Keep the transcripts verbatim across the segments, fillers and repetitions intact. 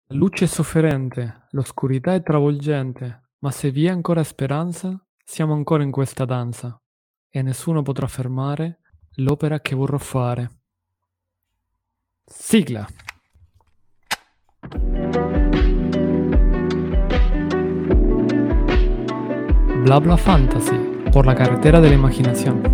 La luce è sofferente, l'oscurità è travolgente, ma se vi è ancora speranza, siamo ancora in questa danza e nessuno potrà fermare l'opera che vorrò fare. Sigla. Bla bla fantasy, por la carretera de la imaginación.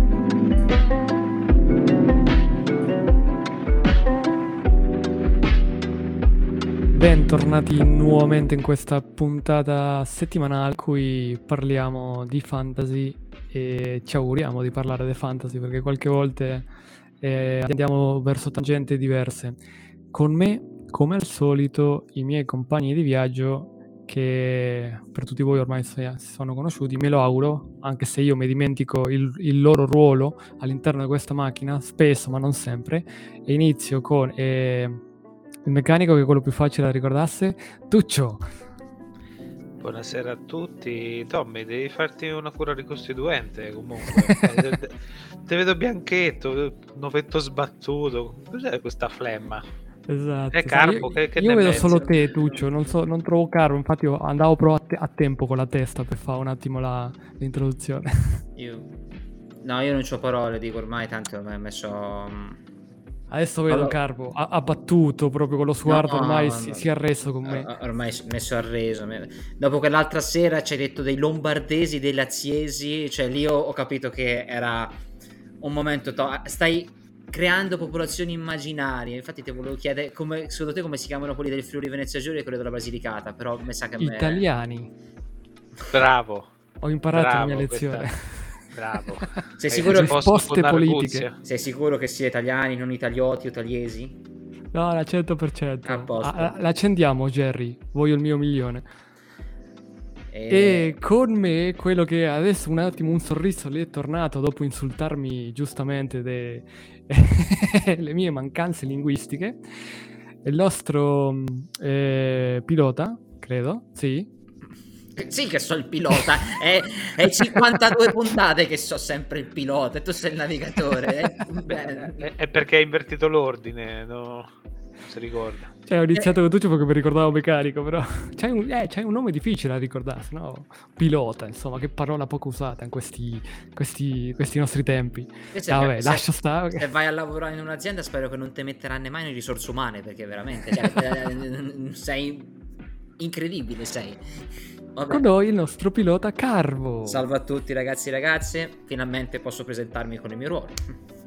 Bentornati nuovamente in questa puntata settimanale in cui parliamo di fantasy e ci auguriamo di parlare di fantasy perché qualche volta eh, andiamo verso tangenti diverse. Con me, come al solito, i miei compagni di viaggio che per tutti voi ormai si sono conosciuti, me lo auguro, anche se io mi dimentico il, il loro ruolo all'interno di questa macchina, spesso ma non sempre, e inizio con... Eh, il meccanico, che è quello più facile da ricordarsi, Tuccio. Buonasera a tutti. Tommy, devi farti una cura ricostituente comunque. Te vedo bianchetto, un ovetto sbattuto. Cos'è questa flemma? Esatto. È Carbo, Io, che, che io ne vedo pensi? solo te, Tuccio, non, so, non trovo Carbo, infatti io andavo proprio a, te- a tempo con la testa per fare un attimo la, l'introduzione. Io... No, io non c'ho parole, dico ormai, tanto ormai ho messo... Adesso vedo Allora... Carbo, ha, ha battuto proprio con lo sguardo, no, ormai no, si, no. si è arreso con me. Ormai messo a reso. Dopo che l'altra sera ci hai detto dei lombardesi, dei laziesi, cioè lì ho, ho capito che era un momento... To- stai creando popolazioni immaginarie. Infatti ti volevo chiedere, come, secondo te come si chiamano quelli del Friuli Venezia Giulia e quelli della Basilicata? Però mi sa che... Italiani. Me... Bravo. Ho imparato Bravo, la mia lezione. Questa... Bravo. Sei sicuro, risposte politiche. Sei sicuro che sia italiani, non italioti o tagliesi? No, la cento per cento. A posto. Ah, l'accendiamo, Jerry. Voglio il mio milione. E... e con me, quello che adesso un attimo un sorriso le è tornato dopo insultarmi giustamente de... le mie mancanze linguistiche, il nostro eh, pilota, credo, sì. Sì che so il pilota, è, è cinquantadue puntate che so sempre il pilota e tu sei il navigatore. Beh, è, è perché hai invertito l'ordine, no? Non si ricorda. Cioè, ho iniziato eh. con Tuccio perché mi ricordavo meccanico, però c'hai un, eh, c'hai un nome difficile da ricordarsi, no? Pilota, insomma, che parola poco usata in questi, questi, questi nostri tempi. Ah, vabbè, se, lascia stare. Se vai a lavorare in un'azienda spero che non te metteranno mai in risorse umane, perché veramente cioè, sei incredibile, sei. Vabbè. Con noi il nostro pilota Carbo. Salve a tutti ragazzi e ragazze, finalmente posso presentarmi con il mio ruolo.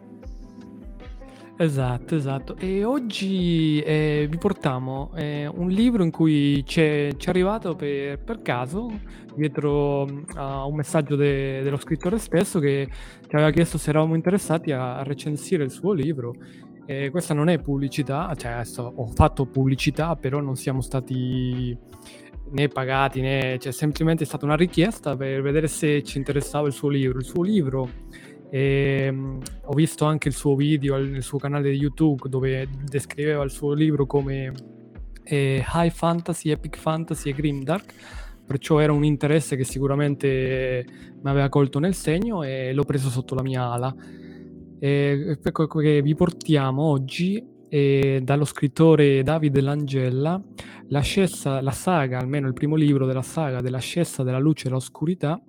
Esatto, esatto. E oggi eh, vi portiamo eh, un libro in cui c'è, ci è arrivato per, per caso, dietro a un messaggio de, dello scrittore stesso che ci aveva chiesto se eravamo interessati a, a recensire il suo libro. E questa non è pubblicità, cioè adesso ho fatto pubblicità, però non siamo stati né pagati né, cioè semplicemente è stata una richiesta per vedere se ci interessava il suo libro. Il suo libro... E, um, ho visto anche il suo video nel suo canale di YouTube dove descriveva il suo libro come eh, High Fantasy, Epic Fantasy e Grimdark, perciò era un interesse che sicuramente mi aveva colto nel segno e l'ho preso sotto la mia ala. E, ecco che vi portiamo oggi eh, dallo scrittore Davide Langella l'ascesa, la saga, almeno il primo libro della saga dell'ascesa della luce e l'oscurità,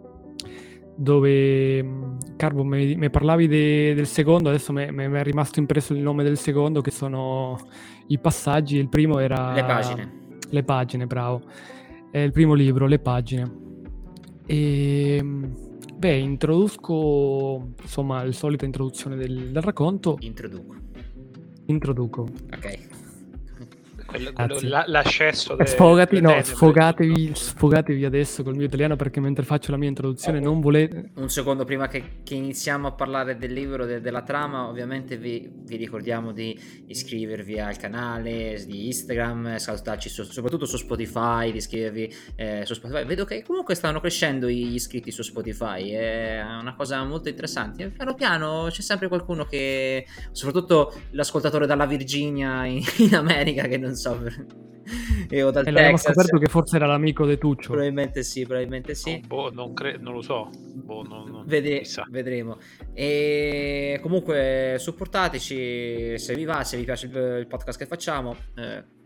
dove Carbo mi, mi parlavi de, del secondo, adesso mi è rimasto impresso il nome del secondo, che sono i passaggi. Il primo era le pagine le pagine, bravo, è il primo libro, le pagine. E beh, introduco insomma la solita introduzione del, del racconto. Introduco introduco ok. Quello, quello, la, l'accesso de, sfogati, no, sfogatevi, sfogatevi adesso col mio italiano, perché mentre faccio la mia introduzione oh, non volete... Un secondo prima che, che iniziamo a parlare del libro, de, della trama, ovviamente vi, vi ricordiamo di iscrivervi al canale di Instagram, salutarci su, soprattutto su Spotify, di iscrivervi eh, su Spotify. Vedo che comunque stanno crescendo gli iscritti su Spotify, è una cosa molto interessante. Piano piano c'è sempre qualcuno che, soprattutto l'ascoltatore dalla Virginia in, in America, che non so, e o dal e l'abbiamo scoperto che forse era l'amico di Tuccio. Probabilmente sì, probabilmente sì. Oh, boh, non, cre- non lo so. Boh, non, non, Vede- vedremo. E comunque supportateci se vi va, se vi piace il, il podcast che facciamo. Eh,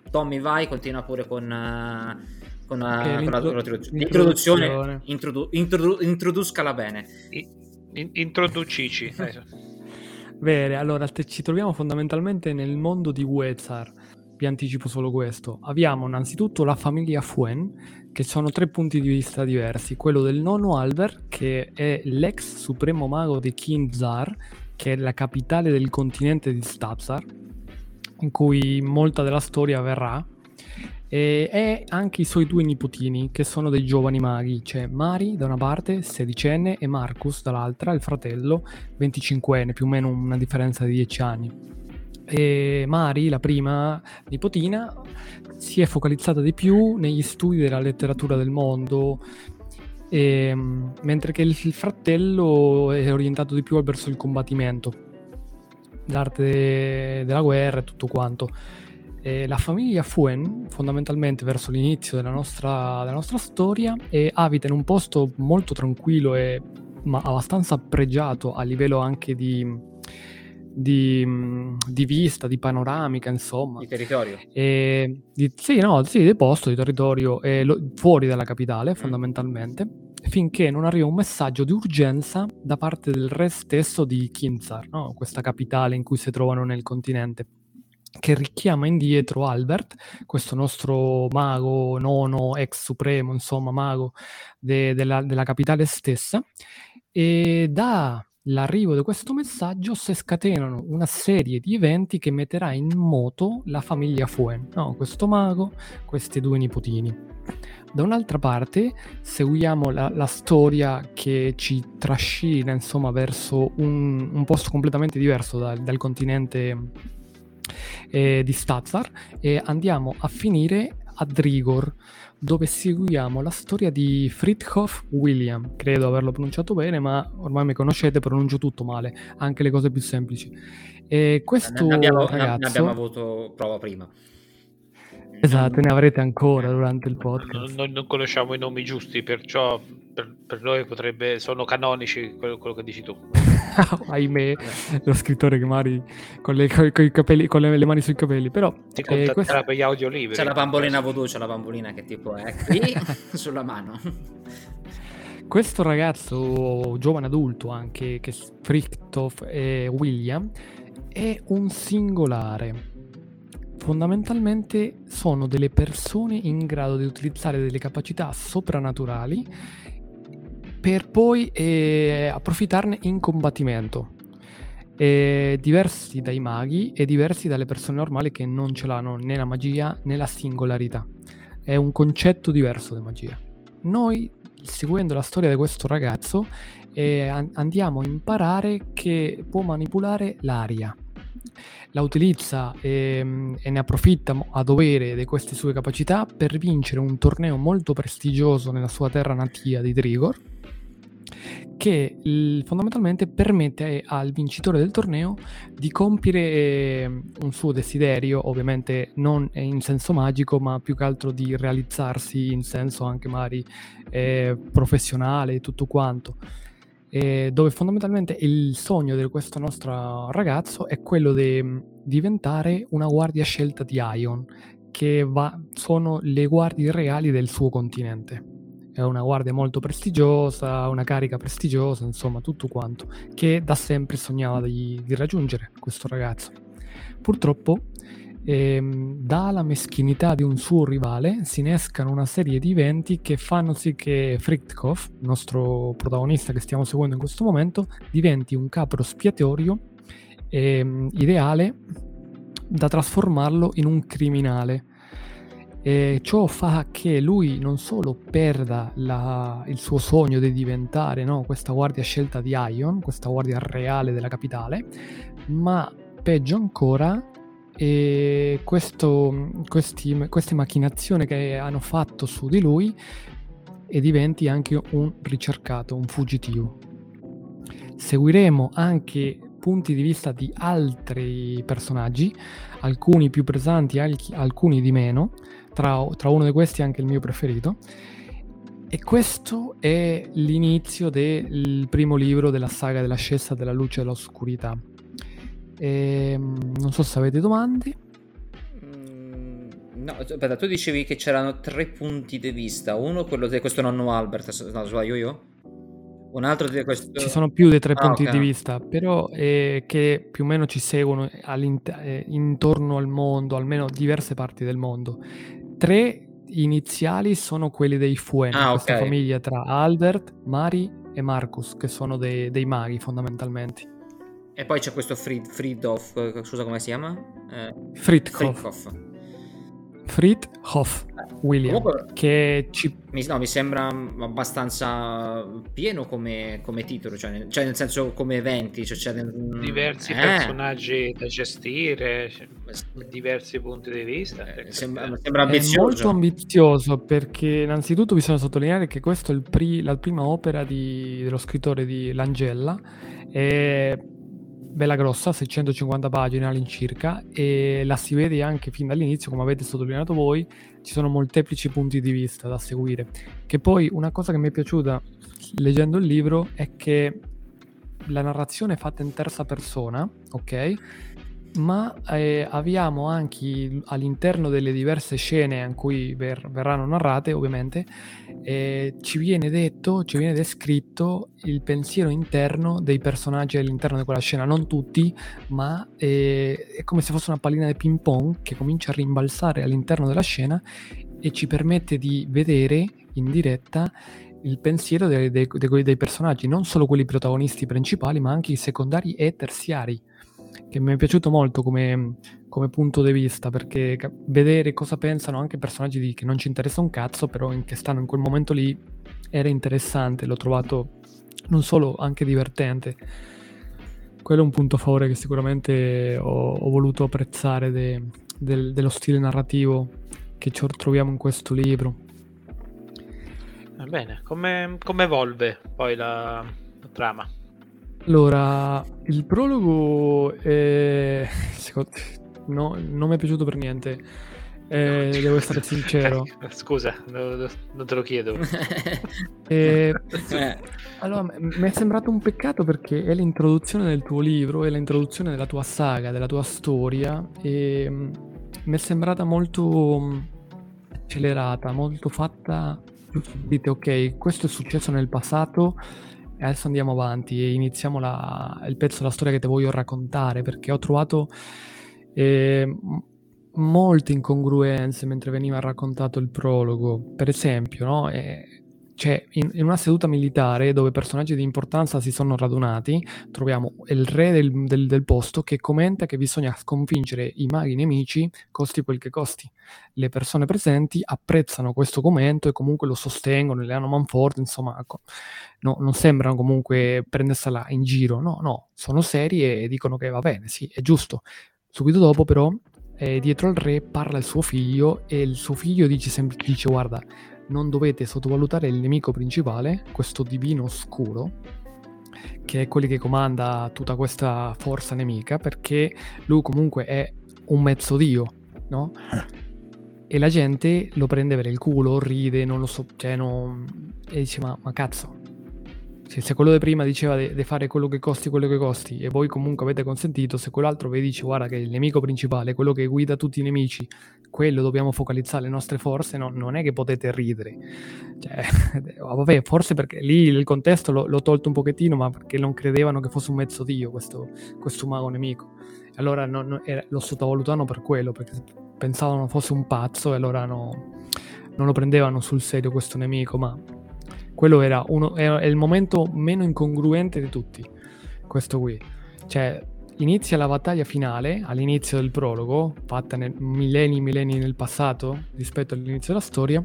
Tommy, vai, continua pure con, uh, con, uh, Okay, con la, l'introdu- con la l'introduzione. l'introduzione. Introdu- introdu- introducala bene. I- in- introducici. Dai. Bene, allora te- ci troviamo fondamentalmente nel mondo di Wezar. Vi anticipo solo questo. Abbiamo innanzitutto la famiglia Fuen, che sono tre punti di vista diversi. Quello del nonno Albert, che è l'ex supremo mago di Kinzar, che è la capitale del continente di Stapzar, in cui molta della storia avverrà, e, e anche i suoi due nipotini, che sono dei giovani maghi. C'è Mari da una parte, sedicenne, e Marcus dall'altra, il fratello, venticinquenne, più o meno una differenza di dieci anni. E Mari, la prima nipotina, si è focalizzata di più negli studi della letteratura del mondo, e, mentre che il, il fratello è orientato di più verso il combattimento, l'arte de- della guerra e tutto quanto. E la famiglia Fuen, fondamentalmente verso l'inizio della nostra, della nostra storia, è abita in un posto molto tranquillo e ma abbastanza pregiato a livello anche di di, di vista, di panoramica, insomma. Di territorio. E di, sì, no, sì, di posto, di territorio, e lo- fuori dalla capitale, Mm. fondamentalmente, finché non arriva un messaggio di urgenza da parte del re stesso di Kinzar, no? Questa capitale in cui si trovano nel continente, che richiama indietro Albert, questo nostro mago, nono, ex supremo, insomma, mago de- della, della capitale stessa, e da l'arrivo di questo messaggio si scatenano una serie di eventi che metterà in moto la famiglia Fuen, no? Questo mago, questi due nipotini. Da un'altra parte seguiamo la, la storia che ci trascina, insomma, verso un, un posto completamente diverso dal, dal continente eh, di Stazar, e andiamo a finire a Drigor, dove seguiamo la storia di Fridtjof William. Credo averlo pronunciato bene, ma ormai mi conoscete, pronuncio tutto male, anche le cose più semplici. E questo Ne abbiamo, ragazzo... ne abbiamo avuto prova prima. Esatto, ne avrete ancora durante il podcast. Noi non conosciamo i nomi giusti, perciò per, per noi potrebbe sono canonici quello, quello che dici tu. Ahimè, lo scrittore che magari con le, coi, coi capelli, con le, le mani sui capelli, però Ti eh, contatterà questo... per gli audiolibri. C'è la bambolina voodoo, c'è la bambolina che tipo è qui sulla mano. Questo ragazzo, giovane adulto anche, che è Fridtjof e William, è un singolare. Fondamentalmente sono delle persone in grado di utilizzare delle capacità soprannaturali per poi eh, approfittarne in combattimento. Eh, diversi dai maghi e diversi dalle persone normali che non ce l'hanno né la magia né la singolarità. È un concetto diverso di magia. Noi, seguendo la storia di questo ragazzo, eh, an- andiamo a imparare che può manipolare l'aria. La utilizza e, e ne approfitta a dovere di queste sue capacità per vincere un torneo molto prestigioso nella sua terra natia di Drigor, che il, fondamentalmente permette al vincitore del torneo di compiere eh, un suo desiderio, ovviamente non in senso magico, ma più che altro di realizzarsi in senso anche magari eh, professionale e tutto quanto. Eh, dove fondamentalmente il sogno di questo nostro ragazzo è quello di diventare una guardia scelta di Aion, che va, sono le guardie reali del suo continente. È una guardia molto prestigiosa, una carica prestigiosa, insomma tutto quanto, che da sempre sognava di, di raggiungere questo ragazzo. Purtroppo ehm, dalla meschinità di un suo rivale si innescano una serie di eventi che fanno sì che Fridtjof, il nostro protagonista che stiamo seguendo in questo momento, diventi un capro espiatorio ehm, ideale da trasformarlo in un criminale. E ciò fa che lui non solo perda la, il suo sogno di diventare, no, questa guardia scelta di Aion, questa guardia reale della capitale, ma peggio ancora e questo, questi, queste macchinazioni che hanno fatto su di lui, e diventi anche un ricercato, un fuggitivo. Seguiremo anche punti di vista di altri personaggi, alcuni più pesanti, alcuni di meno, tra, tra uno di questi anche il mio preferito. E questo è l'inizio del primo libro della saga dell'ascesa della luce e dell'oscurità. E, non so se avete domande. Mm, No, aspetta, tu dicevi che c'erano tre punti di vista. Uno, quello di questo nonno Albert, no, sbaglio io? Un altro di questo... Ci sono più di tre Ah, punti ok. di vista, però eh, che più o meno ci seguono all'int- eh, intorno al mondo, almeno diverse parti del mondo. Tre iniziali sono quelli dei Fuen, Ah, questa ok. famiglia tra Albert, Mari e Marcus, che sono dei, dei maghi fondamentalmente. E poi c'è questo Fried, Friedhof, eh, scusa come si chiama? Eh, Friedhof, Friedhof. Friedhof William, Comunque, che ci... mi, no, mi sembra abbastanza pieno come, come titolo, cioè, nel- cioè nel senso come eventi, cioè, c'è del- Diversi eh, personaggi da gestire, diversi punti di vista. eh, sembra, sembra È ambizioso. molto ambizioso perché innanzitutto bisogna sottolineare che questa è il pri- la prima opera di- dello scrittore di Langella, è bella grossa, seicentocinquanta pagine all'incirca, e la si vede anche fin dall'inizio, come avete sottolineato voi, ci sono molteplici punti di vista da seguire. Che poi una cosa che mi è piaciuta leggendo il libro è che la narrazione è fatta in terza persona, ok? Ma eh, abbiamo anche all'interno delle diverse scene in cui ver- verranno narrate, ovviamente, eh, ci viene detto, ci viene descritto il pensiero interno dei personaggi all'interno di quella scena, non tutti, ma eh, è come se fosse una pallina di ping pong che comincia a rimbalzare all'interno della scena e ci permette di vedere in diretta il pensiero dei, dei- dei- dei personaggi, non solo quelli protagonisti principali, ma anche i secondari e terziari, che mi è piaciuto molto come, come punto di vista, perché ca- vedere cosa pensano anche personaggi di, che non ci interessa un cazzo, però in, che stanno in quel momento lì, era interessante, l'ho trovato non solo anche divertente. Quello è un punto a favore che sicuramente ho, ho voluto apprezzare de- del- dello stile narrativo che ci troviamo in questo libro. Va bene, come, come evolve poi la, la trama? Allora, il prologo è... secondo- no, non mi è piaciuto per niente, eh, devo essere sincero. Scusa, no- no- non te lo chiedo. Eh, Eh, allora, m- mi è sembrato un peccato perché è l'introduzione del tuo libro, è l'introduzione della tua saga, della tua storia, e mm, mi è sembrata molto mm, accelerata, molto fatta. Dite, ok, questo è successo nel passato e adesso andiamo avanti e iniziamo la- il pezzo della storia che ti voglio raccontare, perché ho trovato eh, m- molte incongruenze mentre veniva raccontato il prologo. Per esempio, no? Eh, cioè, in, in una seduta militare dove personaggi di importanza si sono radunati, troviamo il re del, del- del posto che commenta che bisogna sconfiggere i maghi nemici, costi quel che costi. Le persone presenti apprezzano questo commento e comunque lo sostengono, le danno manforte, insomma, ecco, no, non sembrano comunque prendersela in giro, no, no, sono seri e dicono che va bene, sì, è giusto. Subito dopo, però, eh, dietro al re parla il suo figlio e il suo figlio dice, sem- dice guarda, non dovete sottovalutare il nemico principale, questo divino oscuro, che è quello che comanda tutta questa forza nemica, perché lui comunque è un mezzo dio, no? E la gente lo prende per il culo, ride, non lo so, cioè non... e dice ma, ma cazzo, se, se quello di prima diceva di fare quello che costi quello che costi e voi comunque avete consentito, se quell'altro vi dice guarda che il nemico principale, quello che guida tutti i nemici, quello dobbiamo focalizzare le nostre forze, no, non è che potete ridere. Cioè, vabbè, forse perché lì il contesto l'ho, l'ho tolto un pochettino, ma perché non credevano che fosse un mezzo dio questo, questo mago nemico. Allora non, non, era, lo sottovalutavano per quello, perché pensavano fosse un pazzo e allora no, non lo prendevano sul serio questo nemico, ma quello era, uno, era il momento meno incongruente di tutti, questo qui. Cioè, inizia la battaglia finale all'inizio del prologo, fatta nel, millenni e millenni nel passato rispetto all'inizio della storia,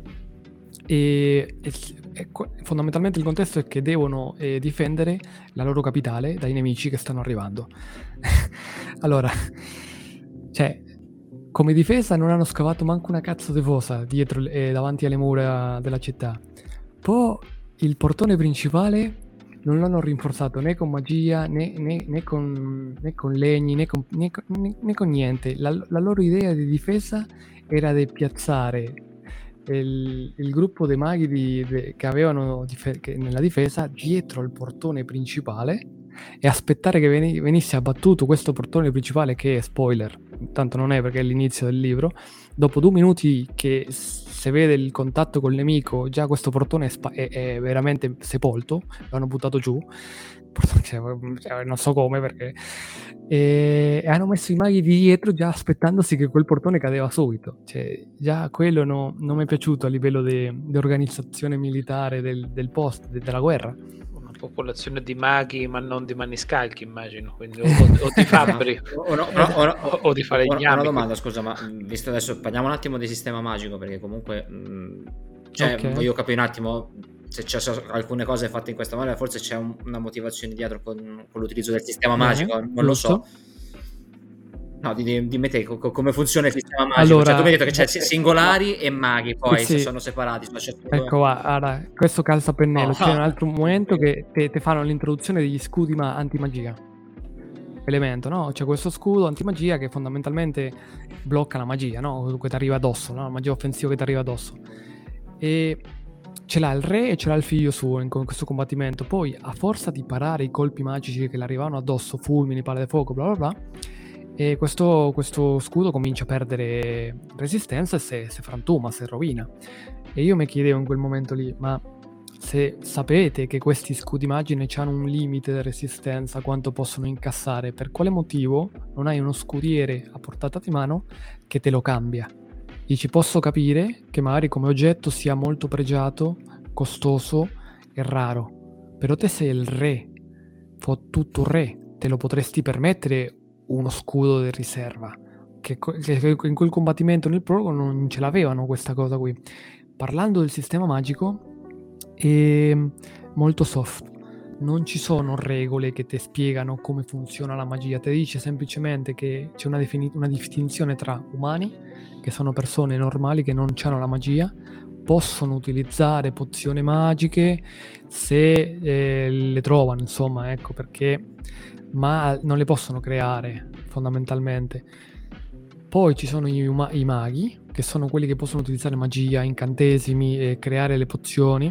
e, e, e fondamentalmente il contesto è che devono eh, difendere la loro capitale dai nemici che stanno arrivando. Allora, cioè, come difesa non hanno scavato manco una cazzo di fossa dietro eh, davanti alle mura della città. Poi il portone principale non l'hanno rinforzato né con magia né, né, né, con, né con legni né con, né, né, né con niente. La, la loro idea di difesa era di piazzare il, il gruppo dei maghi di, de, che avevano dif- che nella difesa dietro il portone principale e aspettare che venisse abbattuto questo portone principale, che è spoiler, tanto non è perché è l'inizio del libro, dopo due minuti che se vede il contatto col nemico, già questo portone è, spa- è, è veramente sepolto, l'hanno buttato giù, cioè, non so come, perché e, e hanno messo i maghi di dietro già aspettandosi che quel portone cadeva subito, cioè già quello no, non mi è piaciuto a livello di organizzazione militare del, del posto, de, della guerra. Una popolazione di maghi ma non di maniscalchi, immagino, quindi o, o di fabbri o, no, no, o, no, o, o di falegnami. Una domanda, scusa, ma visto adesso parliamo un attimo di sistema magico, perché comunque mh, cioè, okay. voglio capire un attimo se c'è alcune cose fatte in questa maniera, forse c'è un, una motivazione dietro con, con l'utilizzo del sistema magico, non lo so. No, dimmi te come funziona il sistema magico. Allora, cioè, tu mi hai detto che c'è singolari e maghi, poi sì, se sono separati. Cioè, ecco, guarda, questo calza a pennello. Oh, c'è oh. un altro momento che te, te fanno l'introduzione degli scudi ma antimagia. Elemento, no? C'è questo scudo antimagia che fondamentalmente blocca la magia, no? Che ti arriva addosso, no? La magia offensiva che ti arriva addosso. E ce l'ha il re e ce l'ha il figlio suo in questo combattimento. Poi, a forza di parare i colpi magici che le arrivavano addosso, fulmini, palle di fuoco, bla bla bla, e questo, questo scudo comincia a perdere resistenza e si frantuma, si rovina. E io mi chiedevo in quel momento lì, ma se sapete che questi scudi magici hanno un limite di resistenza, quanto possono incassare, per quale motivo non hai uno scudiere a portata di mano che te lo cambia? Dici, posso capire che magari come oggetto sia molto pregiato, costoso e raro, però te sei il re, tutto re, te lo potresti permettere uno scudo di riserva, che, che in quel combattimento nel prologo non ce l'avevano questa cosa qui. Parlando del sistema magico, è molto soft, non ci sono regole che ti spiegano come funziona la magia, ti dice semplicemente che c'è una, defini- una distinzione tra umani, che sono persone normali che non hanno la magia, possono utilizzare pozioni magiche se eh, le trovano, insomma, ecco, perché ma non le possono creare fondamentalmente. Poi ci sono i, uma- i maghi, che sono quelli che possono utilizzare magia, incantesimi e creare le pozioni,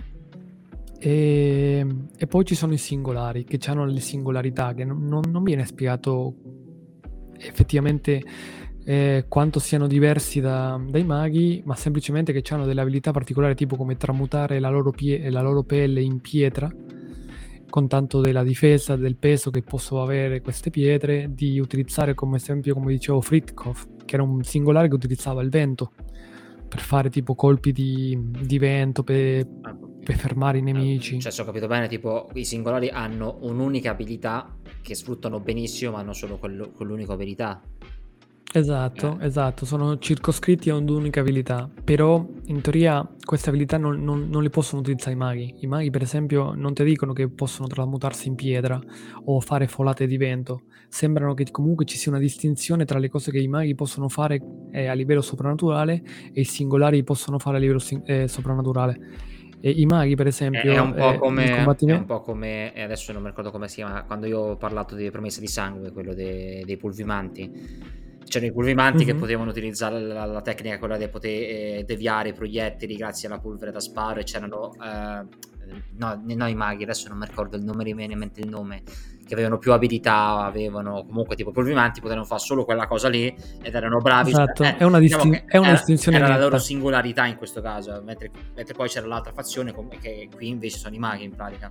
e, e poi ci sono i singolari, che hanno le singolarità, che non, non, non viene spiegato effettivamente eh, quanto siano diversi da, dai maghi, ma semplicemente che hanno delle abilità particolari, tipo come tramutare la loro, pie- la loro pelle in pietra, con tanto della difesa, del peso che possono avere queste pietre, di utilizzare come esempio, come dicevo, Fritkov, che era un singolare che utilizzava il vento per fare tipo colpi di, di vento, per, per fermare i nemici. Cioè, se ho capito bene, tipo i singolari hanno un'unica abilità che sfruttano benissimo, ma hanno solo quello, quell'unica abilità. Esatto, eh. esatto, sono circoscritti a un'unica abilità, però in teoria queste abilità non, non, non le possono utilizzare i maghi. I maghi per esempio non ti dicono che possono tramutarsi in pietra o fare folate di vento, sembrano che comunque ci sia una distinzione tra le cose che i maghi possono fare eh, a livello soprannaturale e i singolari possono fare a livello eh, soprannaturale. E i maghi per esempio è un po' eh, come combattimento... è un po' come adesso non mi ricordo come si chiama, quando io ho parlato di promesse di sangue, quello dei, dei pulvimanti. C'erano i pulvimanti mm-hmm. che potevano utilizzare la, la tecnica, quella di poter eh, deviare i proiettili grazie alla polvere da sparo, e c'erano eh, no, no i maghi, adesso non mi ricordo il nome, rimane in mente il nome, che avevano più abilità, avevano comunque tipo pulvimanti, potevano fare solo quella cosa lì ed erano bravi. Esatto, eh, è una, distin- diciamo è una era, distinzione era netta. La loro singolarità in questo caso, mentre, mentre poi c'era l'altra fazione che qui invece sono i maghi in pratica.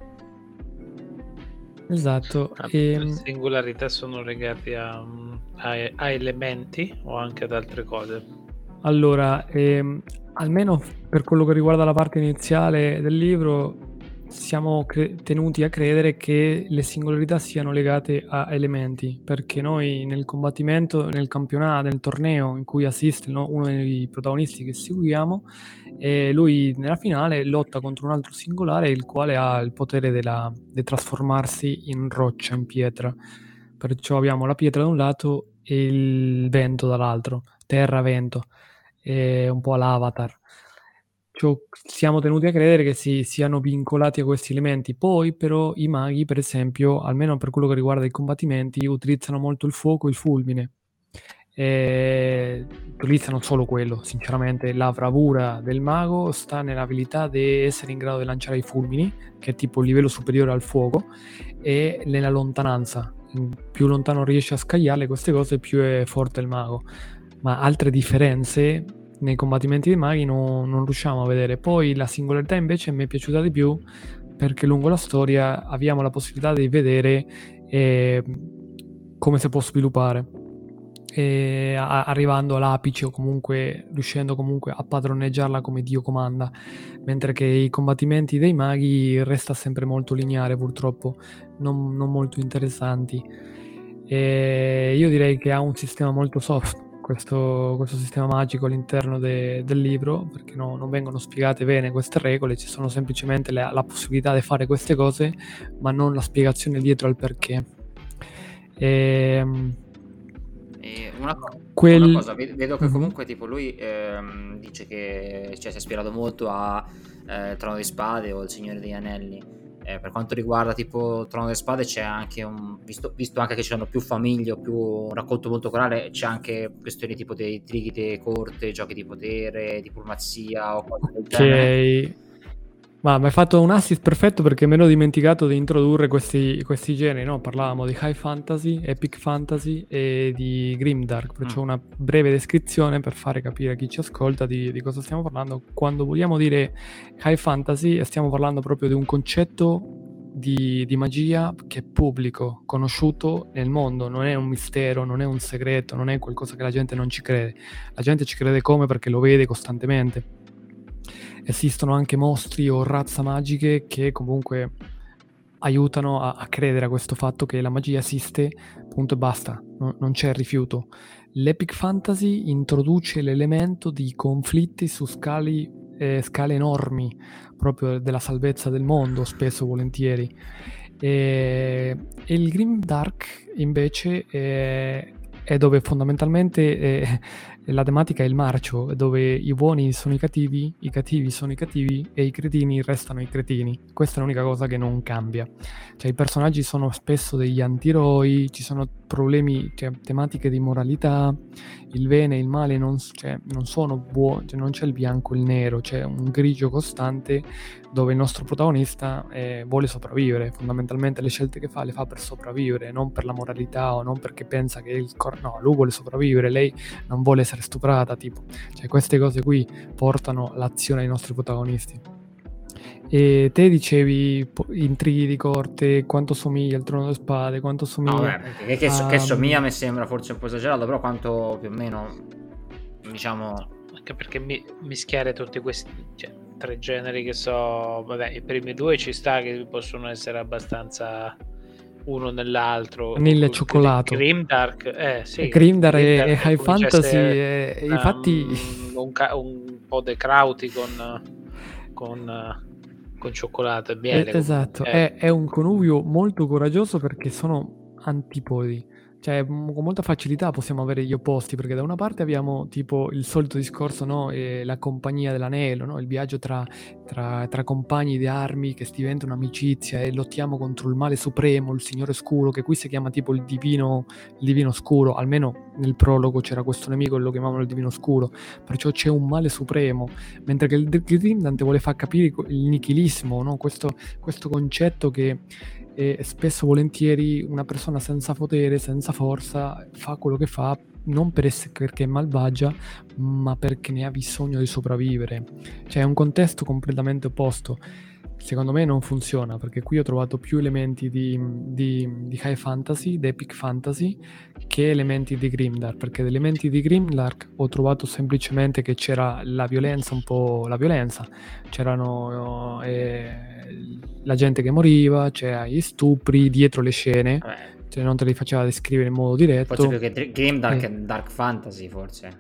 Esatto. Ah, e... le singolarità sono legate a, a, a elementi o anche ad altre cose? Allora, ehm, almeno per quello che riguarda la parte iniziale del libro, siamo cre- tenuti a credere che le singolarità siano legate a elementi, perché noi nel combattimento, nel campionato, nel torneo in cui assiste no, uno dei protagonisti che seguiamo, e lui nella finale lotta contro un altro singolare il quale ha il potere di trasformarsi in roccia, in pietra. Perciò abbiamo la pietra da un lato e il vento dall'altro, terra-vento, è un po' l'avatar. Cioè, siamo tenuti a credere che si siano vincolati a questi elementi. Poi però i maghi, per esempio, almeno per quello che riguarda i combattimenti, utilizzano molto il fuoco e il fulmine. E utilizzano solo quello, sinceramente. La bravura del mago sta nell'abilità di essere in grado di lanciare i fulmini, che è tipo il livello superiore al fuoco, e nella lontananza. Più lontano riesce a scagliarle queste cose, più è forte il mago. Ma altre differenze nei combattimenti dei maghi no, non riusciamo a vedere. Poi la singolarità invece mi è piaciuta di più, perché lungo la storia abbiamo la possibilità di vedere eh, come si può sviluppare, e a- arrivando all'apice o comunque riuscendo comunque a padroneggiarla come Dio comanda, mentre che i combattimenti dei maghi resta sempre molto lineare, purtroppo non, non molto interessanti. E io direi che ha un sistema molto soft questo, questo sistema magico all'interno de- del libro, perché no- non vengono spiegate bene queste regole, ci sono semplicemente la, la possibilità di fare queste cose, ma non la spiegazione dietro al perché. Ehm, E una, co- quel... una cosa, ve- vedo che Mhm. comunque tipo lui ehm, dice che cioè, si è ispirato molto a eh, Trono di Spade o Il Signore degli Anelli. Eh, per quanto riguarda tipo Trono delle Spade c'è anche un visto, visto anche che ci sono più famiglie o più un racconto molto corale, c'è anche questioni tipo dei intrighi di corte, giochi di potere, diplomazia o cose del genere. Ok, ma mi hai fatto un assist perfetto, perché mi ero dimenticato di introdurre questi, questi generi, no? Parlavamo di high fantasy, epic fantasy e di grimdark, perciò Mm. una breve descrizione per fare capire a chi ci ascolta di, di cosa stiamo parlando. Quando vogliamo dire high fantasy stiamo parlando proprio di un concetto di, di magia che è pubblico, conosciuto nel mondo, non è un mistero, non è un segreto, non è qualcosa che la gente non ci crede. La gente ci crede come? Perché lo vede costantemente. Esistono anche mostri o razze magiche che comunque aiutano a, a credere a questo fatto che la magia esiste, punto e basta, no- non c'è rifiuto. L'epic fantasy introduce l'elemento di conflitti su scali, eh, scale enormi, proprio della salvezza del mondo, spesso volentieri. E, e il grimdark invece è, è dove fondamentalmente eh, la tematica è il marcio, dove i buoni sono i cattivi, i cattivi sono i cattivi e i cretini restano i cretini. Questa è l'unica cosa che non cambia. Cioè, i personaggi sono spesso degli antiroi, ci sono problemi, cioè, tematiche di moralità, il bene e il male non, cioè, non sono buoni, cioè, non c'è il bianco e il nero, c'è un grigio costante dove il nostro protagonista eh, vuole sopravvivere. Fondamentalmente le scelte che fa le fa per sopravvivere, non per la moralità o non perché pensa che il cor- no, lui vuole sopravvivere, lei non vuole essere stuprata, tipo. Cioè, queste cose qui portano l'azione ai nostri protagonisti. E te dicevi po- intrighi di corte, quanto somiglia al Trono delle Spade, quanto No, somiglia vabbè, che, che, so- a... che somiglia mi sembra forse un po' esagerato, però quanto più o meno, diciamo... Anche perché mi, mischiare tutti questi, cioè, tre generi che so, vabbè, i primi due ci sta che possono essere abbastanza uno nell'altro. vaniglia e Più di cioccolato. Grimdark, eh sì, Grimdark e, e Grimdark High comincia a Fantasy, essere e, una, infatti... un, ca- un po' de crauti con, con, con cioccolato e miele. Eh, esatto, comunque. è, è un connubio molto coraggioso perché sono antipodi. Cioè, m- con molta facilità possiamo avere gli opposti, perché da una parte abbiamo tipo il solito discorso, no? Eh, la compagnia dell'anello, no? Il viaggio tra, tra, tra compagni di armi che diventa un'amicizia e lottiamo contro il male supremo, il Signore Scuro, che qui si chiama tipo il divino, il divino scuro, almeno nel prologo c'era questo nemico e lo chiamavano il divino scuro, perciò c'è un male supremo, mentre che il Grim Dante vuole far capire co- il nichilismo, no? Questo, questo concetto che eh, spesso volentieri una persona senza potere, senza forza, fa quello che fa non per essere, perché è malvagia, ma perché ne ha bisogno di sopravvivere. Cioè è un contesto completamente opposto. Secondo me non funziona, perché qui ho trovato più elementi di, di, di high fantasy, di epic fantasy, che elementi di grimdark, perché degli elementi di grimdark ho trovato semplicemente che c'era la violenza, un po' la violenza, c'erano eh, la gente che moriva, c'era gli stupri dietro le scene, Vabbè, cioè non te li faceva descrivere in modo diretto. forse più che Dr- Grimdark Eh, è Dark Fantasy, forse.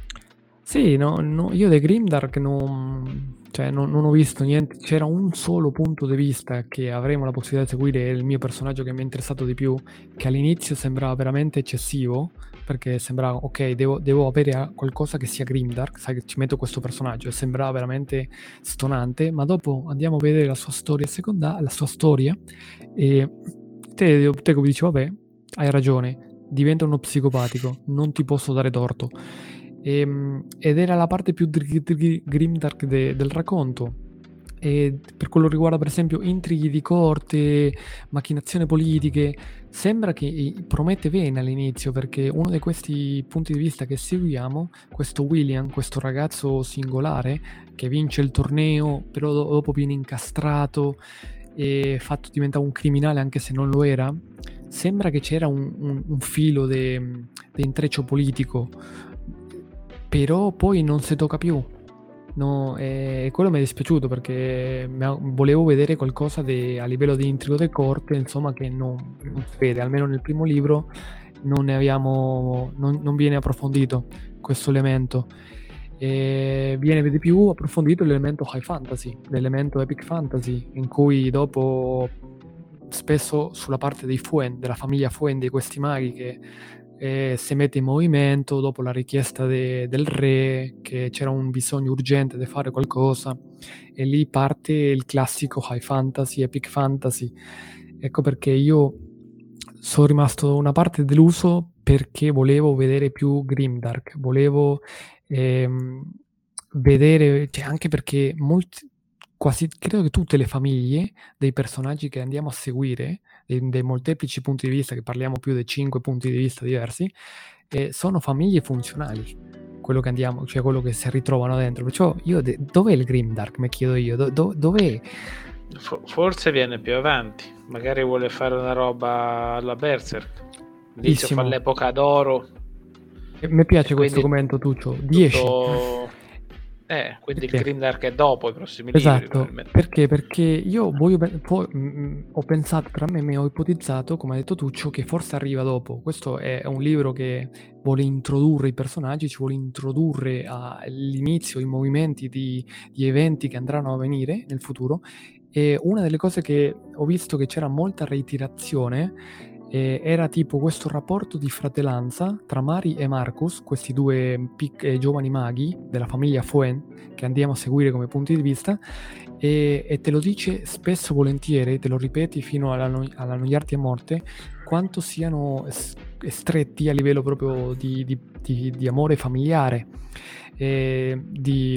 Sì, no, no, io dei Grimdark non, cioè, non, non ho visto niente, c'era un solo punto di vista che avremo la possibilità di seguire, il mio personaggio che mi è interessato di più, che all'inizio sembrava veramente eccessivo, perché sembrava, ok, devo, devo avere qualcosa che sia Grimdark, sai che ci metto questo personaggio, e sembrava veramente stonante, ma dopo andiamo a vedere la sua storia secondaria, la sua storia, e te, te come dici, vabbè, hai ragione, diventa uno psicopatico, non ti posso dare torto. E, ed era la parte più dr- dr- grimdark de- del racconto. e per quello che riguarda per esempio intrighi di corte, macchinazioni politiche, sembra che i- promette bene all'inizio, perché uno di questi punti di vista che seguiamo, questo William, questo ragazzo singolare che vince il torneo, però do- dopo viene incastrato e fatto diventare un criminale anche se non lo era, sembra che c'era un, un- un filo di intreccio politico, però poi non si tocca più. No, e quello mi è dispiaciuto perché mi ha- volevo vedere qualcosa di- a livello di intrigo di corte, insomma, che non, non si vede, almeno nel primo libro non ne abbiamo, non, non viene approfondito questo elemento. E viene di più approfondito l'elemento high fantasy, l'elemento epic fantasy, in cui dopo spesso sulla parte dei Fuen, della famiglia Fuen, di questi maghi che eh, si mette in movimento dopo la richiesta de- del re, che c'era un bisogno urgente di fare qualcosa, e lì parte il classico high fantasy, epic fantasy. Ecco perché io sono rimasto una parte deluso, perché volevo vedere più grimdark, volevo ehm, vedere, cioè anche perché molti, quasi credo che tutte le famiglie dei personaggi che andiamo a seguire, dei, dei molteplici punti di vista, che parliamo più di cinque punti di vista diversi, eh, sono famiglie funzionali, quello che andiamo, cioè quello che si ritrovano dentro. Perciò io, de- dov'è il grimdark, mi chiedo io, do- do- dov'è? Fo- forse viene più avanti, magari vuole fare una roba alla Berserk. Inizio fa Bellissimo. l'epoca d'oro. E mi piace E questo quindi commento, Tuccio. dieci. tutto... Eh, quindi il Perché? Grimdark è dopo i prossimi libri, Esatto, probabilmente. perché? Perché io voglio be- poi, mm, ho pensato tra me e me, ho ipotizzato, come ha detto Tuccio, che forse arriva dopo. Questo è un libro che vuole introdurre i personaggi, ci vuole introdurre all'inizio i movimenti di, di eventi che andranno a avvenire nel futuro. E una delle cose che ho visto che c'era molta reiterazione eh, era tipo questo rapporto di fratellanza tra Mari e Marcus, questi due pic- eh, giovani maghi della famiglia Foen, che andiamo a seguire come punti di vista, e, e te lo dice spesso volentieri, te lo ripeti fino all'anno- all'annoiarti a morte, quanto siano es- stretti a livello proprio di, di- di- di amore familiare, eh, di,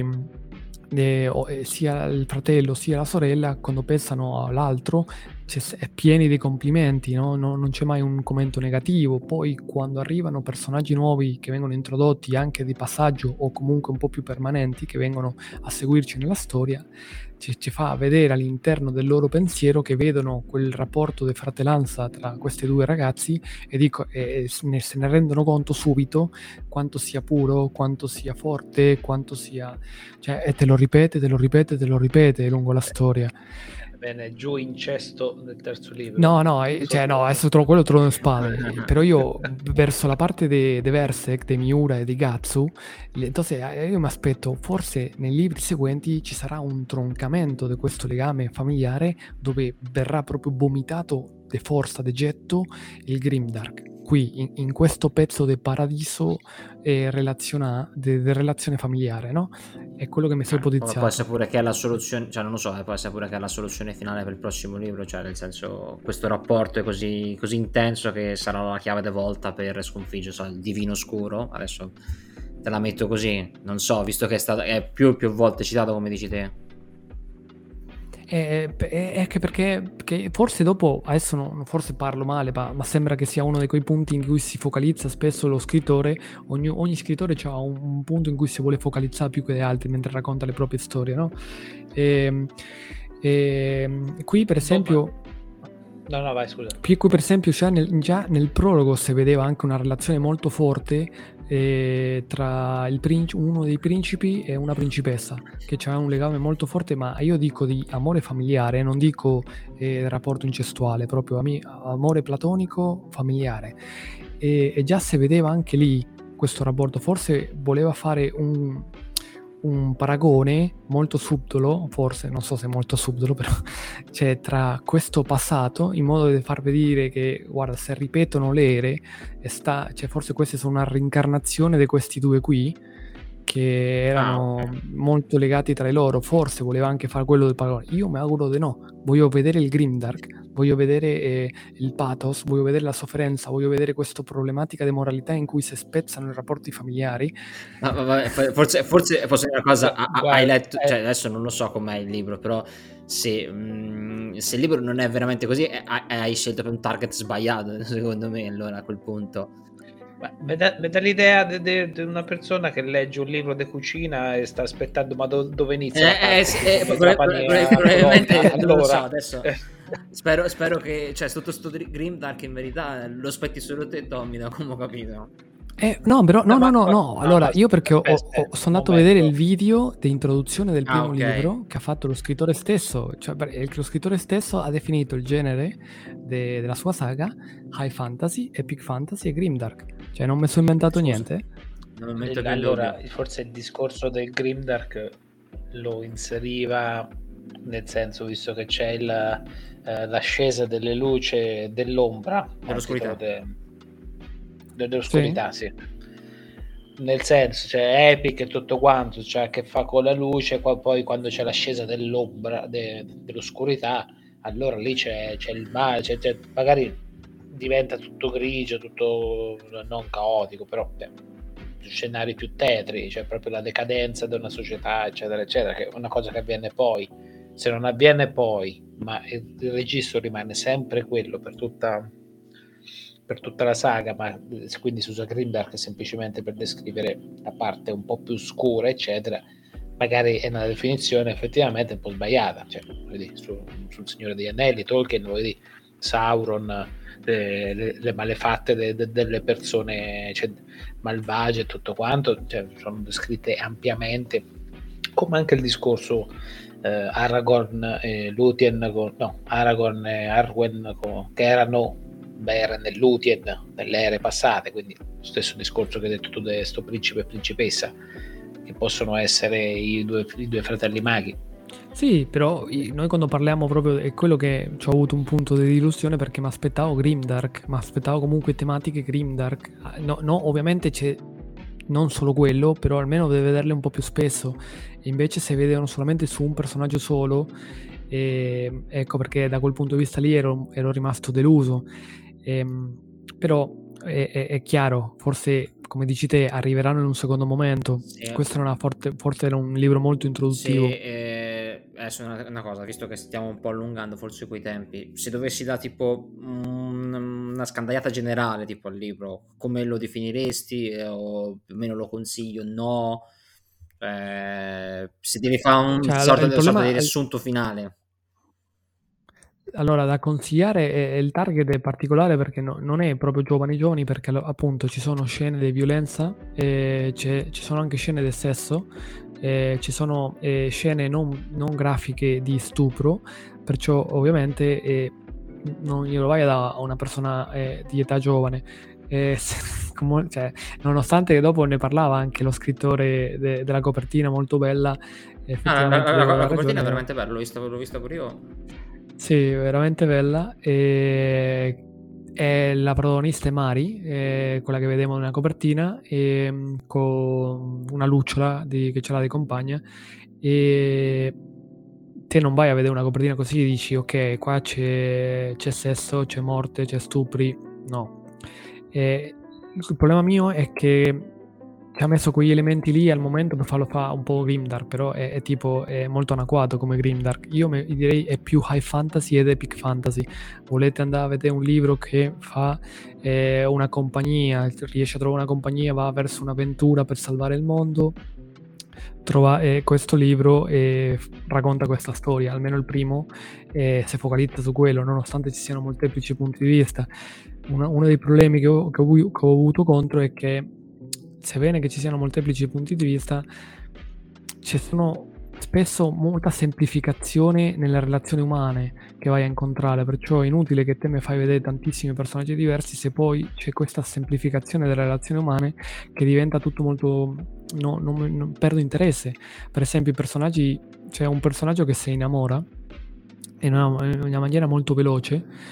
eh, o- eh, sia il fratello sia la sorella, quando pensano all'altro, c'è- è pieni di complimenti, no? No- non c'è mai un commento negativo. Poi quando arrivano personaggi nuovi che vengono introdotti anche di passaggio o comunque un po' più permanenti, che vengono a seguirci nella storia, ci, ci fa vedere all'interno del loro pensiero che vedono quel rapporto di fratellanza tra questi due ragazzi, e, dico, e se ne, se ne rendono conto subito quanto sia puro, quanto sia forte, quanto sia... Cioè, e te lo ripete, te lo ripete, te lo ripete lungo la storia. Bene, giù incesto nel terzo libro. No, no, eh, So- cioè no, adesso trovo quello trono spade, eh, però io verso la parte dei de Versek, dei Miura e di Gatsu, le- entonces, eh, io mi aspetto, forse nei libri seguenti ci sarà un troncamento di questo legame familiare, dove verrà proprio vomitato de forza, de getto, il Grimdark. Qui, in, in questo pezzo del paradiso eh, relaziona, de, de relazione familiare, no? È quello che mi sono Come può ipotizzato. essere pure che è la soluzione, cioè non lo so, eh, può essere pure che è la soluzione finale per il prossimo libro, cioè nel senso questo rapporto è così, così intenso che sarà la chiave di volta per sconfiggere, so, il divino oscuro. Adesso te la metto così, non so, visto che è stato è più e più volte citato come dici te. È, è anche perché, perché forse dopo, adesso no- forse parlo male, ma, ma sembra che sia uno di quei punti in cui si focalizza spesso lo scrittore. Ogni, ogni scrittore ha un, un punto in cui si vuole focalizzare più che gli altri mentre racconta le proprie storie, no? E, e, qui per esempio... No, no, vai, scusa. Qui, qui per esempio già nel, già nel prologo si vedeva anche una relazione molto forte eh, tra il princi- uno dei principi e una principessa, che c'era un legame molto forte, ma io dico di amore familiare, non dico eh, rapporto incestuale, proprio ami- amore platonico familiare. E, e già si vedeva anche lì questo rapporto. Forse voleva fare un, un paragone molto subdolo, forse, non so se molto subdolo, però cioè tra questo passato, in modo da farvi dire che, guarda, se ripetono le ere, e sta, cioè forse queste sono una reincarnazione di questi due qui, che che Ah, erano ok. molto legati tra di loro. Forse voleva anche fare quello del paragone. Io mi auguro di no. Voglio vedere il grimdark, voglio vedere eh, il pathos, voglio vedere la sofferenza, voglio vedere questa problematica di moralità in cui si spezzano i rapporti familiari. Ma, ma- vabbè, for- forse, forse posso dire una cosa, Cioè, ha- ha- hai guarda, letto, eh, cioè adesso non lo so com'è il libro, però se, mm, se il libro non è veramente così, eh, hai hai scelto per un target sbagliato, secondo me, allora a quel punto. ma mi dà, mi dà l'idea di una persona che legge un libro di cucina e sta aspettando, ma do- dove inizia la Eh, eh, parte sì, che eh, si mette la prob- panina prob- a probabilmente Bologna? non lo so Allora, adesso. eh, Spero, spero che, cioè, sotto sto dri- Grimdark in verità lo aspetti solo te, Tommy, da come ho capito. Eh, no, però, no, no, no, ma, no, ma- no. no, Allora, ma io perché ho, aspetta, ho- aspetta, sono un andato a vedere il momento. video di introduzione del Ah, primo ok. libro che ha fatto lo scrittore stesso. Cioè, per- lo scrittore stesso ha definito il genere de- della sua saga High Fantasy, Epic Fantasy e Grimdark. Cioè, non mi sono inventato Scusa, niente. non mi metto Il- più in allora, dubbio. forse il discorso del Grimdark lo inseriva nel senso, visto che c'è il, eh, l'ascesa delle luci dell'ombra, Dell'oscurità. anzi, de- de- dell'oscurità, sì. Nel senso, c'è Epic e tutto quanto, cioè che fa con la luce, qua- poi quando c'è l'ascesa dell'ombra, de- dell'oscurità, allora lì c'è, c'è il male, c'è, c'è- magari diventa tutto grigio, tutto non caotico, però beh, scenari più tetri, cioè proprio la decadenza di una società, eccetera, eccetera, che è una cosa che avviene poi. Se non avviene poi, ma il, il registro rimane sempre quello per tutta, per tutta la saga, ma quindi si usa Grimdark semplicemente per descrivere la parte un po' più scura, eccetera, magari è una definizione effettivamente un po' sbagliata, cioè, vedi, su, sul Signore degli Anelli, Tolkien, vedi, Sauron, le, le, le malefatte de, de, delle persone, cioè, malvagie e tutto quanto, cioè, sono descritte ampiamente, come anche il discorso eh, Aragorn e Lúthien, con, no, Aragorn e Arwen con, che erano Beren e Lúthien nelle ere passate, quindi lo stesso discorso che hai detto tu di questo principe e principessa, che possono essere i due, i due fratelli maghi. Sì, però i- noi quando parliamo proprio è quello che ci ho avuto un punto di delusione perché mi aspettavo Grimdark, mi aspettavo comunque tematiche Grimdark. Ah, No, no, ovviamente c'è non solo quello, però almeno deve vederle un po' più spesso. E invece se vedevano solamente su un personaggio solo, e, ecco perché da quel punto di vista lì ero, ero rimasto deluso. Ehm, però è, è- è chiaro, forse come dici te arriveranno in un secondo momento. Sì. Questo era una forte, forse era un libro molto introduttivo. Se, eh, adesso una, una cosa, visto che stiamo un po' allungando forse quei tempi, se dovessi dare tipo un- una scandagliata generale tipo al libro, come lo definiresti? Eh, o più o meno lo consiglio? No? Eh, se devi fare un Cioè, allora, sorta, il di- sorta problema di è- riassunto finale. allora, da consigliare è, è il target è particolare perché no- non è proprio giovani giovani, perché allo- appunto ci sono scene di violenza, e c'è- ci sono anche scene del sesso, e ci sono eh, scene non, non grafiche di stupro, perciò ovviamente eh, non glielo vai a dare a una persona eh, di età giovane. Eh, se- comu- cioè, nonostante che dopo ne parlava anche lo scrittore de- della copertina molto bella, Ah, la, effettivamente la- devo la- la dare copertina ragione. è veramente bella, l'ho vista, l'ho vista pure io. Sì, veramente bella. E... e la protagonista è Mari, è quella che vediamo nella copertina, e, mm, con una lucciola di- che ce l'ha di compagna. E te non vai a vedere una copertina così e dici ok, qua c'è, c'è sesso, c'è morte, c'è stupri. No. E il problema mio è che ci ha messo quegli elementi lì al momento per farlo fare un po' Grimdark, però è, è tipo è molto anacquato come Grimdark. Io me- direi è più high fantasy ed epic fantasy. Volete andare a vedere un libro che fa eh, una compagnia, riesce a trovare una compagnia, va verso un'avventura per salvare il mondo, trova eh, questo libro e f- racconta questa storia, almeno il primo, e si focalizza su quello, nonostante ci siano molteplici punti di vista. Una- uno dei problemi che ho, che ho avu- che ho avuto contro è che, sebbene che ci siano molteplici punti di vista, ci sono spesso molta semplificazione nelle relazioni umane che vai a incontrare, perciò è inutile che te mi fai vedere tantissimi personaggi diversi se poi c'è questa semplificazione delle relazioni umane che diventa tutto molto... no- non, non- perdo interesse. Per esempio i personaggi, c'è un personaggio che si innamora in una, in una maniera molto veloce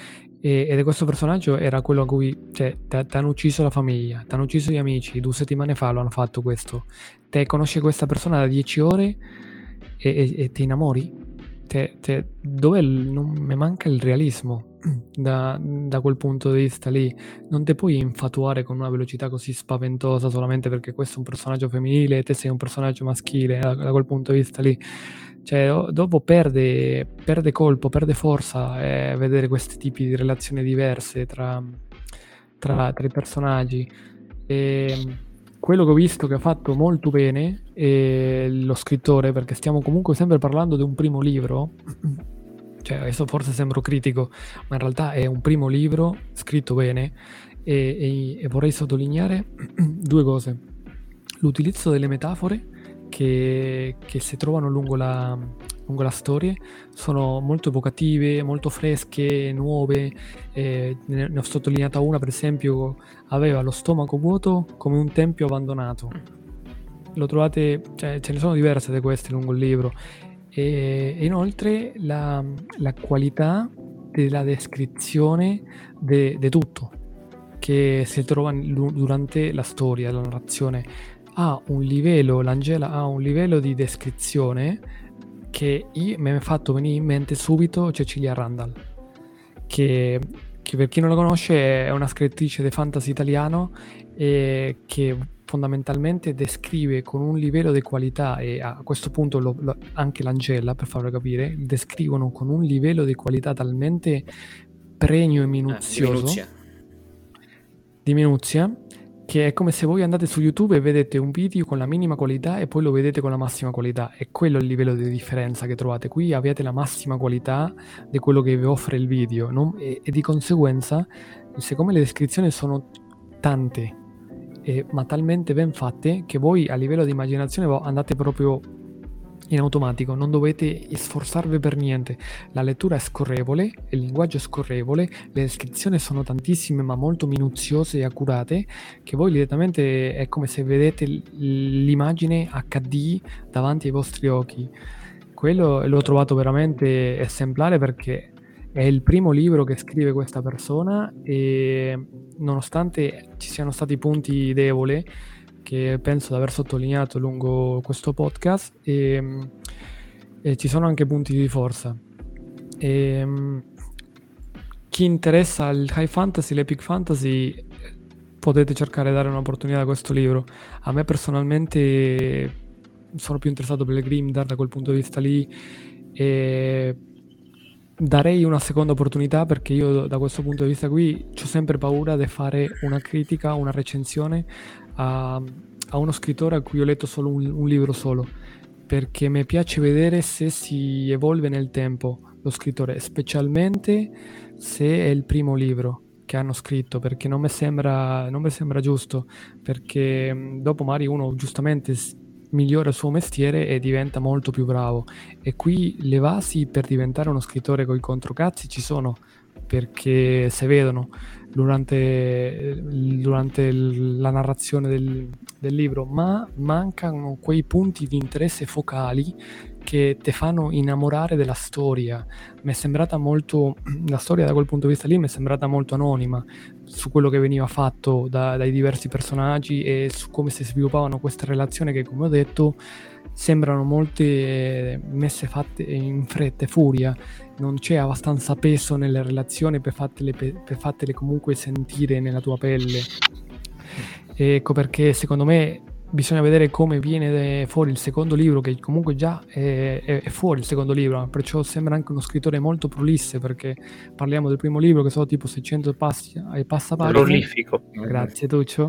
E, ed è questo personaggio era quello a cui, cioè, ti hanno ucciso la famiglia, ti hanno ucciso gli amici, due settimane fa lo hanno fatto questo. Te conosci questa persona da dieci ore e, e, e ti innamori? Te, te, dov'è il, non mi manca il realismo da, da quel punto di vista lì. Non ti puoi infatuare con una velocità così spaventosa solamente perché questo è un personaggio femminile e te sei un personaggio maschile, da, da quel punto di vista lì. Cioè, dopo perde, perde colpo, perde forza eh, vedere questi tipi di relazioni diverse tra, tra, tra i personaggi. E quello che ho visto che ha fatto molto bene è lo scrittore, perché stiamo comunque sempre parlando di un primo libro. Cioè, adesso forse sembro critico, ma in realtà è un primo libro scritto bene e, e, e vorrei sottolineare due cose. L'utilizzo delle metafore che, che si trovano lungo la, lungo la storia sono molto evocative, molto fresche, nuove. Eh, ne, ne ho sottolineata una, per esempio, aveva lo stomaco vuoto come un tempio abbandonato. Lo trovate, cioè, ce ne sono diverse di queste lungo il libro. E inoltre la, la qualità della descrizione di de tutto che si trova durante la storia, la narrazione, ha un livello, l'Angela ha un livello di descrizione che io, mi ha fatto venire in mente subito Cecilia Randall, che, che per chi non la conosce è una scrittrice di fantasy italiano e che fondamentalmente descrive con un livello di qualità, e a questo punto lo, lo, anche l'Angela, per farlo capire, descrivono con un livello di qualità talmente pregno e minuzioso, eh, di minuzia, che è come se voi andate su YouTube e vedete un video con la minima qualità e poi lo vedete con la massima qualità. E quello è il livello di differenza che trovate. Qui avete la massima qualità di quello che vi offre il video, non? E, e di conseguenza, siccome le descrizioni sono tante Eh, ma talmente ben fatte che voi a livello di immaginazione andate proprio in automatico, non dovete sforzarvi per niente. La lettura è scorrevole, il linguaggio è scorrevole, le descrizioni sono tantissime ma molto minuziose e accurate, che voi direttamente è come se vedete l'immagine acca di davanti ai vostri occhi. Quello l'ho trovato veramente esemplare, perché è il primo libro che scrive questa persona e nonostante ci siano stati punti deboli che penso di aver sottolineato lungo questo podcast, e, e ci sono anche punti di forza. E, chi interessa il high fantasy, l'epic fantasy, potete cercare di dare un'opportunità a questo libro. A me personalmente sono più interessato per le Grimdark da quel punto di vista lì, e darei una seconda opportunità, perché io da questo punto di vista qui ho sempre paura di fare una critica, una recensione a, a uno scrittore a cui ho letto solo un, un libro solo, perché mi piace vedere se si evolve nel tempo lo scrittore, specialmente se è il primo libro che hanno scritto, perché non mi sembra, non mi sembra giusto, perché dopo magari uno giustamente migliora il suo mestiere e diventa molto più bravo, e qui le basi per diventare uno scrittore coi controcazzi ci sono, perché si vedono durante, durante la narrazione del, del libro, ma mancano quei punti di interesse focali che ti fanno innamorare della storia. Mi è sembrata molto, la storia da quel punto di vista lì mi è sembrata molto anonima su quello che veniva fatto da, dai diversi personaggi e su come si sviluppavano queste relazioni che, come ho detto, sembrano molte messe fatte in fretta e furia. Non c'è abbastanza peso nelle relazioni per fartele, per fartele comunque sentire nella tua pelle. Ecco perché secondo me bisogna vedere come viene fuori il secondo libro, che comunque già è, è, è fuori il secondo libro, perciò sembra anche uno scrittore molto prolisse, perché parliamo del primo libro che sono tipo seicento passi e passa pagine. Prolifico. Grazie Tuccio.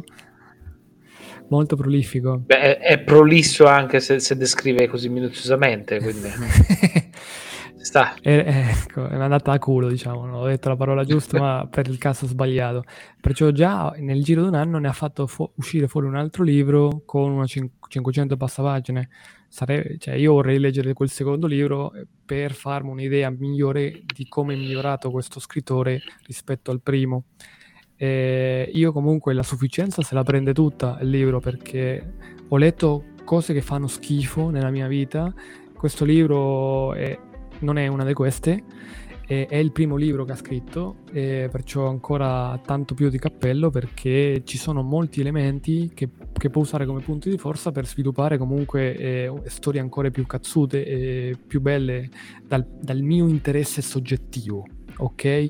Molto prolifico. Beh, è, è prolisso anche se, se descrive così minuziosamente, quindi sta. E, ecco, è andata a culo, diciamo, non ho detto la parola giusta ma per il caso sbagliato, perciò già nel giro di un anno ne ha fatto fu- uscire fuori un altro libro con una cin- cinquecento passapagine. Sare- cioè io vorrei leggere quel secondo libro per farmi un'idea migliore di come è migliorato questo scrittore rispetto al primo. E io comunque la sufficienza se la prende tutta il libro, perché ho letto cose che fanno schifo nella mia vita. Questo libro è, non è una di queste, è, è il primo libro che ha scritto, e perciò ancora tanto più di cappello, perché ci sono molti elementi che, che può usare come punti di forza per sviluppare comunque eh, storie ancora più cazzute e più belle dal, dal mio interesse soggettivo, ok?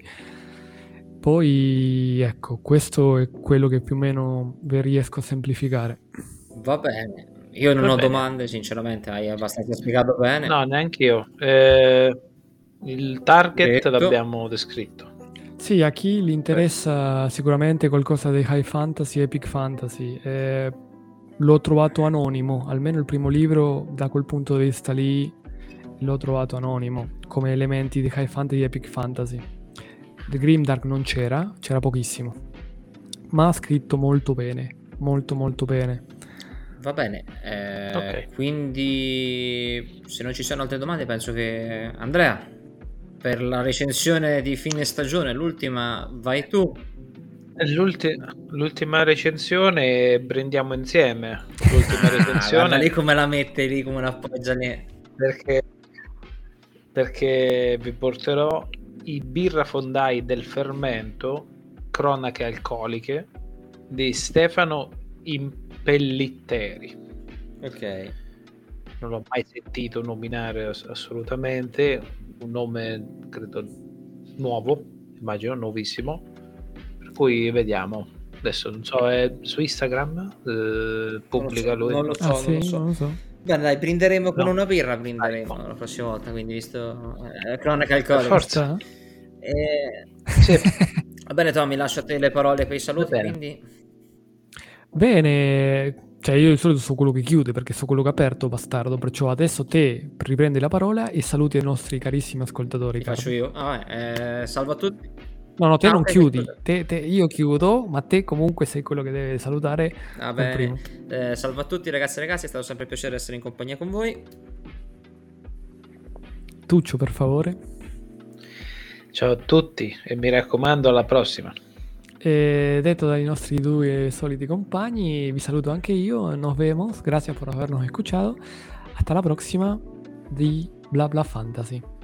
Poi ecco, questo è quello che più o meno vi riesco a semplificare. Va bene. Io non Va ho bene. domande, sinceramente, hai abbastanza spiegato bene. No, neanche io. Eh, il target Detto. l'abbiamo descritto. Sì, a chi gli interessa sicuramente qualcosa di high fantasy, epic fantasy. Eh, l'ho trovato anonimo, almeno il primo libro da quel punto di vista lì l'ho trovato anonimo, come elementi di high fantasy, epic fantasy. The Grimdark non c'era, c'era pochissimo, ma ha scritto molto bene, molto molto bene. Va bene, eh, Ok. quindi se non ci sono altre domande penso che Andrea, per la recensione di fine stagione, l'ultima, vai tu. L'ulti- l'ultima recensione, brindiamo insieme. L'ultima Ah, guarda recensione lì come la mette, lì come la appoggia lì. perché, perché vi porterò i birrafondai del fermento, cronache alcoliche di Stefano Impellitteri. Ok. Non l'ho mai sentito nominare ass- assolutamente, un nome credo nuovo, immagino nuovissimo, per cui vediamo. Adesso non so, è su Instagram, eh, pubblica Non lo lui. so, non lo so, Ah, non sì? lo so. Non lo so. Bene, dai, brinderemo con No. una birra, brinderemo Dai, no. la prossima volta, quindi visto eh, cronaca Per alcolica. forza. Sta? Eh, Sì. Va bene Tommy, lascio a te le parole per i saluti, Va bene. quindi... Bene, cioè io di solito sono quello che chiude perché sono quello che ha aperto, bastardo, perciò adesso te riprendi la parola e saluti i nostri carissimi ascoltatori. Li faccio Carlo. io. Ah, beh, eh, salve a tutti. No, no, te Ah, non ok, chiudi, scusa. te, te- io chiudo, ma te comunque sei quello che deve salutare Va per bene. primo. Eh, salve a tutti ragazzi e ragazzi, è stato sempre un piacere essere in compagnia con voi. Tuccio, per favore. Ciao a tutti e mi raccomando alla prossima. E detto dai nostri due soliti compagni, vi saluto anche io, nos vemos, gracias por habernos escuchado, hasta la próxima di Bla Bla Fantasy.